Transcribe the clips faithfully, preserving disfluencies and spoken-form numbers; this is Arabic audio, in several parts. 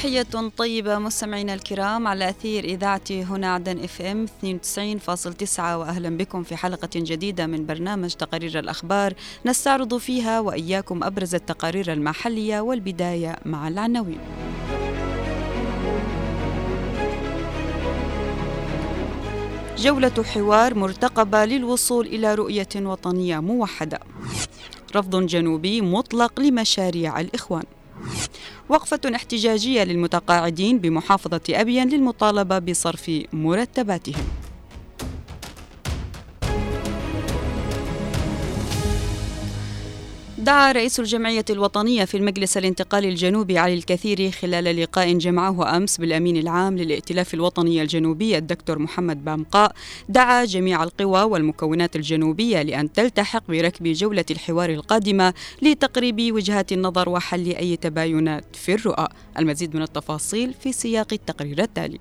تحية طيبة مستمعينا الكرام على أثير إذاعة هنا عدن اف ام اثنين وتسعين فاصلة تسعة، وأهلا بكم في حلقة جديدة من برنامج تقارير الأخبار نستعرض فيها وإياكم أبرز التقارير المحلية، والبداية مع العناوين. جولة حوار مرتقبة للوصول إلى رؤية وطنية موحدة. رفض جنوبي مطلق لمشاريع الإخوان. وقفة احتجاجية للمتقاعدين بمحافظة أبين للمطالبة بصرف مرتباتهم. دعا رئيس الجمعية الوطنية في المجلس الانتقالي الجنوبي علي الكثيري خلال لقاء جمعه أمس بالأمين العام للائتلاف الوطني الجنوبي الدكتور محمد بامقاء، دعا جميع القوى والمكونات الجنوبية لأن تلتحق بركب جولة الحوار القادمة لتقريب وجهات النظر وحل أي تباينات في الرؤى. المزيد من التفاصيل في سياق التقرير التالي.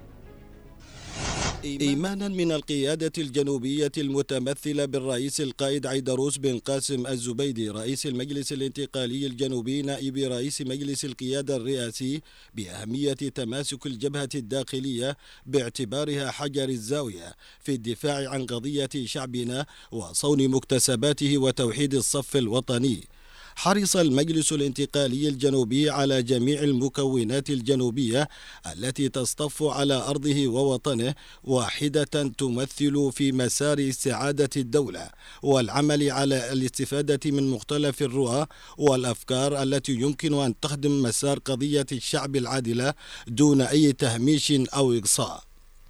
إيمانا من القيادة الجنوبية المتمثلة بالرئيس القائد عيدروس بن قاسم الزبيدي رئيس المجلس الانتقالي الجنوبي نائب رئيس مجلس القيادة الرئاسي بأهمية تماسك الجبهة الداخلية باعتبارها حجر الزاوية في الدفاع عن قضية شعبنا وصون مكتسباته وتوحيد الصف الوطني، حرص المجلس الانتقالي الجنوبي على جميع المكونات الجنوبية التي تصطف على أرضه ووطنه واحدة تمثل في مسار استعادة الدولة، والعمل على الاستفادة من مختلف الرؤى والأفكار التي يمكن أن تخدم مسار قضية الشعب العادلة دون أي تهميش أو إقصاء.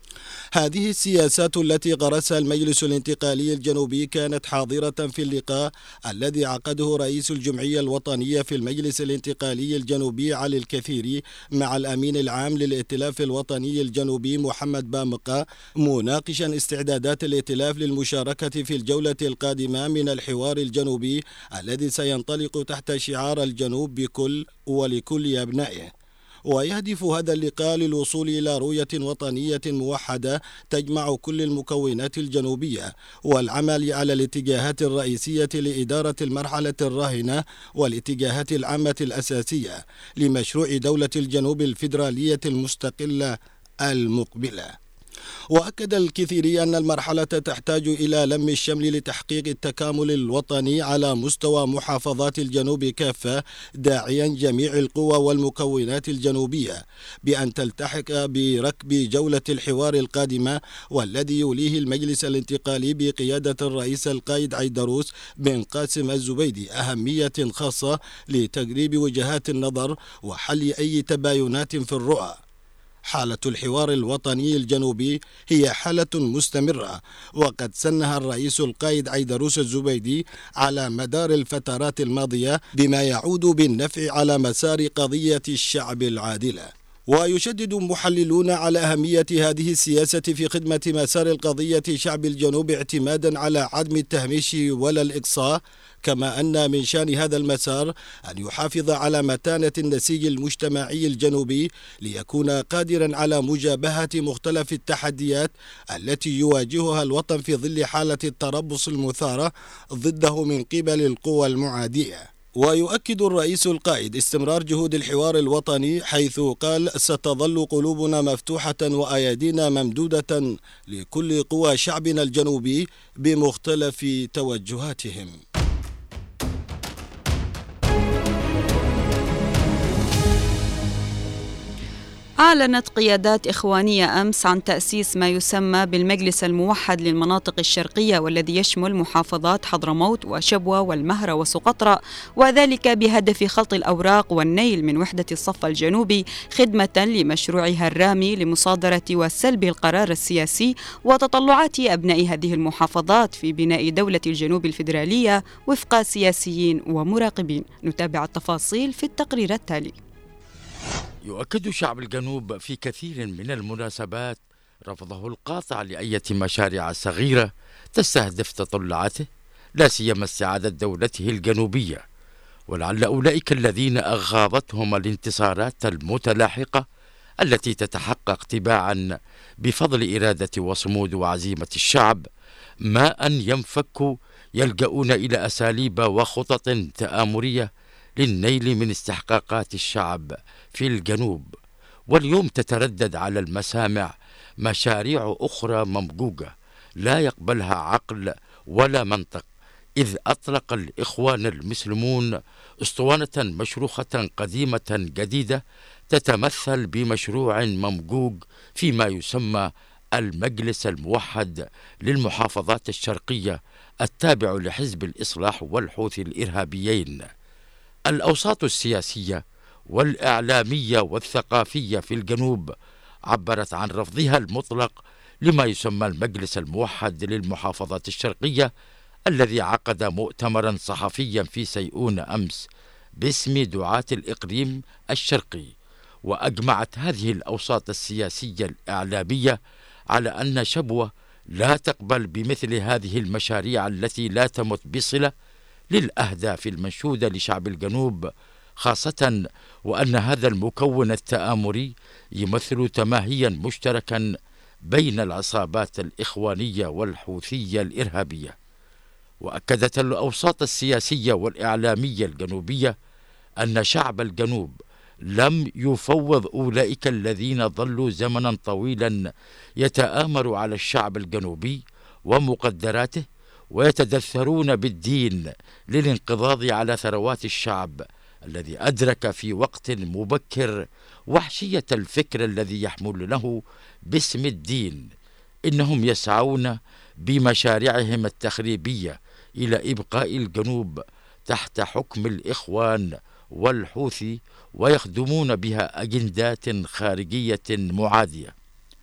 هذه السياسات التي غرسها المجلس الانتقالي الجنوبي كانت حاضرة في اللقاء الذي عقده رئيس الجمعية الوطنية في المجلس الانتقالي الجنوبي علي الكثيري مع الأمين العام للائتلاف الوطني الجنوبي محمد بامقاء، مناقشا استعدادات الائتلاف للمشاركة في الجولة القادمة من الحوار الجنوبي الذي سينطلق تحت شعار الجنوب بكل ولكل أبنائه. ويهدف هذا اللقاء للوصول إلى رؤية وطنية موحدة تجمع كل المكونات الجنوبية، والعمل على الاتجاهات الرئيسية لإدارة المرحلة الراهنة والاتجاهات العامة الأساسية لمشروع دولة الجنوب الفيدرالية المستقلة المقبلة. وأكد الكثيري أن المرحلة تحتاج إلى لم الشمل لتحقيق التكامل الوطني على مستوى محافظات الجنوب كافة، داعيا جميع القوى والمكونات الجنوبية بأن تلتحق بركب جولة الحوار القادمة، والذي يوليه المجلس الانتقالي بقيادة الرئيس القائد عيدروس بن قاسم الزبيدي أهمية خاصة لتقريب وجهات النظر وحل أي تباينات في الرؤى. حالة الحوار الوطني الجنوبي هي حالة مستمرة، وقد سنها الرئيس القائد عيدروس الزبيدي على مدار الفترات الماضية بما يعود بالنفع على مسار قضية الشعب العادلة. ويشدد محللون على أهمية هذه السياسة في خدمة مسار القضية شعب الجنوب اعتمادا على عدم التهميش ولا الإقصاء، كما أن من شأن هذا المسار أن يحافظ على متانة النسيج المجتمعي الجنوبي ليكون قادرا على مجابهة مختلف التحديات التي يواجهها الوطن في ظل حالة التربص المثارة ضده من قبل القوى المعادية. ويؤكد الرئيس القائد استمرار جهود الحوار الوطني، حيث قال: ستظل قلوبنا مفتوحة وأيادينا ممدودة لكل قوى شعبنا الجنوبي بمختلف توجهاتهم. أعلنت قيادات إخوانية أمس عن تأسيس ما يسمى بالمجلس الموحد للمناطق الشرقية، والذي يشمل محافظات حضرموت وشبوة والمهرة وسقطرى، وذلك بهدف خلط الأوراق والنيل من وحدة الصف الجنوبي خدمة لمشروعها الرامي لمصادرة وسلب القرار السياسي وتطلعات أبناء هذه المحافظات في بناء دولة الجنوب الفيدرالية وفق سياسيين ومراقبين. نتابع التفاصيل في التقرير التالي. يؤكد شعب الجنوب في كثير من المناسبات رفضه القاطع لأية مشاريع صغيرة تستهدف تطلعاته، لا سيما استعادة دولته الجنوبية، ولعل أولئك الذين أغاضتهم الانتصارات المتلاحقة التي تتحقق تباعا بفضل إرادة وصمود وعزيمة الشعب ما أن ينفكوا يلجؤون إلى أساليب وخطط تآمرية للنيل من استحقاقات الشعب في الجنوب، واليوم تتردد على المسامع مشاريع أخرى ممجوجة لا يقبلها عقل ولا منطق، إذ أطلق الإخوان المسلمون أسطوانة مشروخة قديمة جديدة تتمثل بمشروع ممجوج فيما يسمى المجلس الموحد للمحافظات الشرقية التابع لحزب الإصلاح والحوثي الإرهابيين. الأوساط السياسية والإعلامية والثقافية في الجنوب عبرت عن رفضها المطلق لما يسمى المجلس الموحد للمحافظات الشرقية، الذي عقد مؤتمرا صحفيا في سيئون أمس باسم دعاة الإقليم الشرقي. وأجمعت هذه الأوساط السياسية الإعلامية على أن شبوة لا تقبل بمثل هذه المشاريع التي لا تمت بصلة للأهداف المنشودة لشعب الجنوب، خاصة وأن هذا المكون التآمري يمثل تماهيا مشتركا بين العصابات الإخوانية والحوثية الإرهابية. وأكدت الأوساط السياسية والإعلامية الجنوبية أن شعب الجنوب لم يفوض أولئك الذين ظلوا زمنا طويلا يتآمروا على الشعب الجنوبي ومقدراته ويتدثرون بالدين للانقضاض على ثروات الشعب الذي أدرك في وقت مبكر وحشية الفكر الذي يحملونه باسم الدين. إنهم يسعون بمشاريعهم التخريبية إلى إبقاء الجنوب تحت حكم الإخوان والحوثي، ويخدمون بها أجندات خارجية معادية.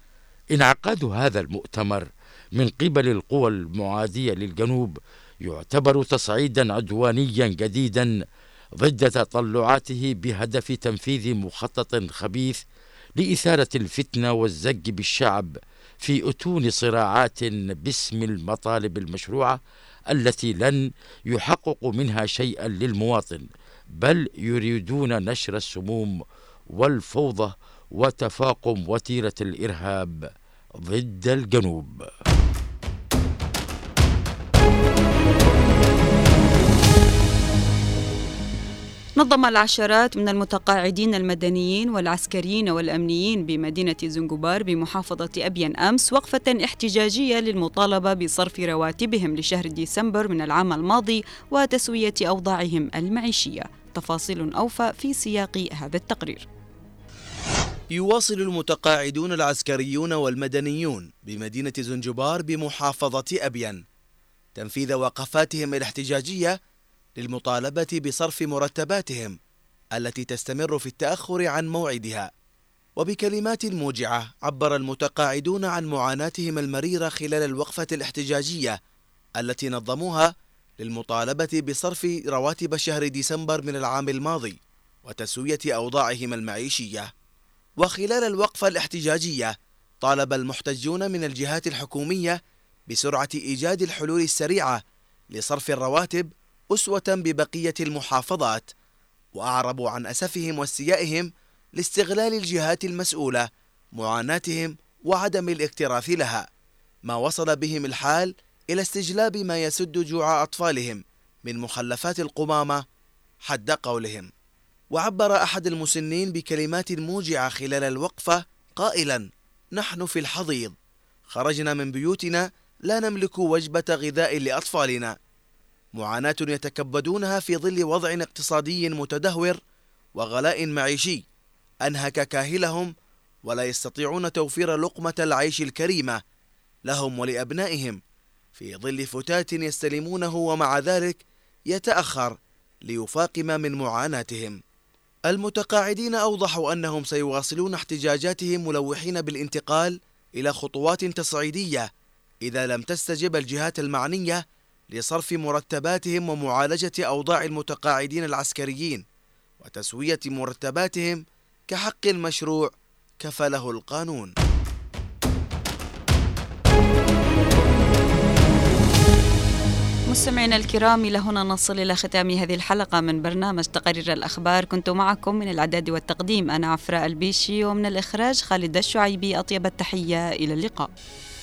انعقاد هذا المؤتمر من قبل القوى المعادية للجنوب يعتبر تصعيدا عدوانيا جديدا ضد تطلعاته بهدف تنفيذ مخطط خبيث لإثارة الفتنة والزج بالشعب في أتون صراعات باسم المطالب المشروعة التي لن يحقق منها شيئا للمواطن، بل يريدون نشر السموم والفوضى وتفاقم وتيرة الإرهاب ضد الجنوب. نظم العشرات من المتقاعدين المدنيين والعسكريين والأمنيين بمدينة زنجبار بمحافظة أبين أمس وقفة احتجاجية للمطالبة بصرف رواتبهم لشهر ديسمبر من العام الماضي وتسوية أوضاعهم المعيشية. تفاصيل أوفى في سياق هذا التقرير. يواصل المتقاعدون العسكريون والمدنيون بمدينة زنجبار بمحافظة أبين تنفيذ وقفاتهم الاحتجاجية للمطالبة بصرف مرتباتهم التي تستمر في التأخر عن موعدها. وبكلمات موجعة عبر المتقاعدون عن معاناتهم المريرة خلال الوقفة الاحتجاجية التي نظموها للمطالبة بصرف رواتب شهر ديسمبر من العام الماضي وتسوية أوضاعهم المعيشية. وخلال الوقفة الاحتجاجية طالب المحتجون من الجهات الحكومية بسرعة إيجاد الحلول السريعة لصرف الرواتب أسوة ببقية المحافظات، وأعربوا عن أسفهم واستيائهم لاستغلال الجهات المسؤولة معاناتهم وعدم الاكتراث لها، ما وصل بهم الحال إلى استجلاب ما يسد جوع أطفالهم من مخلفات القمامة حد قولهم. وعبر أحد المسنين بكلمات موجعة خلال الوقفة قائلا: نحن في الحضيض، خرجنا من بيوتنا لا نملك وجبة غذاء لأطفالنا، معاناة يتكبدونها في ظل وضع اقتصادي متدهور وغلاء معيشي أنهك كاهلهم، ولا يستطيعون توفير لقمة العيش الكريمة لهم ولأبنائهم في ظل فتات يستلمونه ومع ذلك يتأخر ليفاقم من معاناتهم. المتقاعدين أوضحوا أنهم سيواصلون احتجاجاتهم ملوحين بالانتقال إلى خطوات تصعيدية إذا لم تستجب الجهات المعنية لصرف مرتباتهم ومعالجة أوضاع المتقاعدين العسكريين وتسوية مرتباتهم كحق مشروع كفله القانون. مستمعينا الكرام، إلى هنا نصل إلى ختام هذه الحلقة من برنامج تقارير الأخبار. كنت معكم من الإعداد والتقديم أنا عفراء البيشي، ومن الإخراج خالد الشعيبي. أطيب التحية، إلى اللقاء.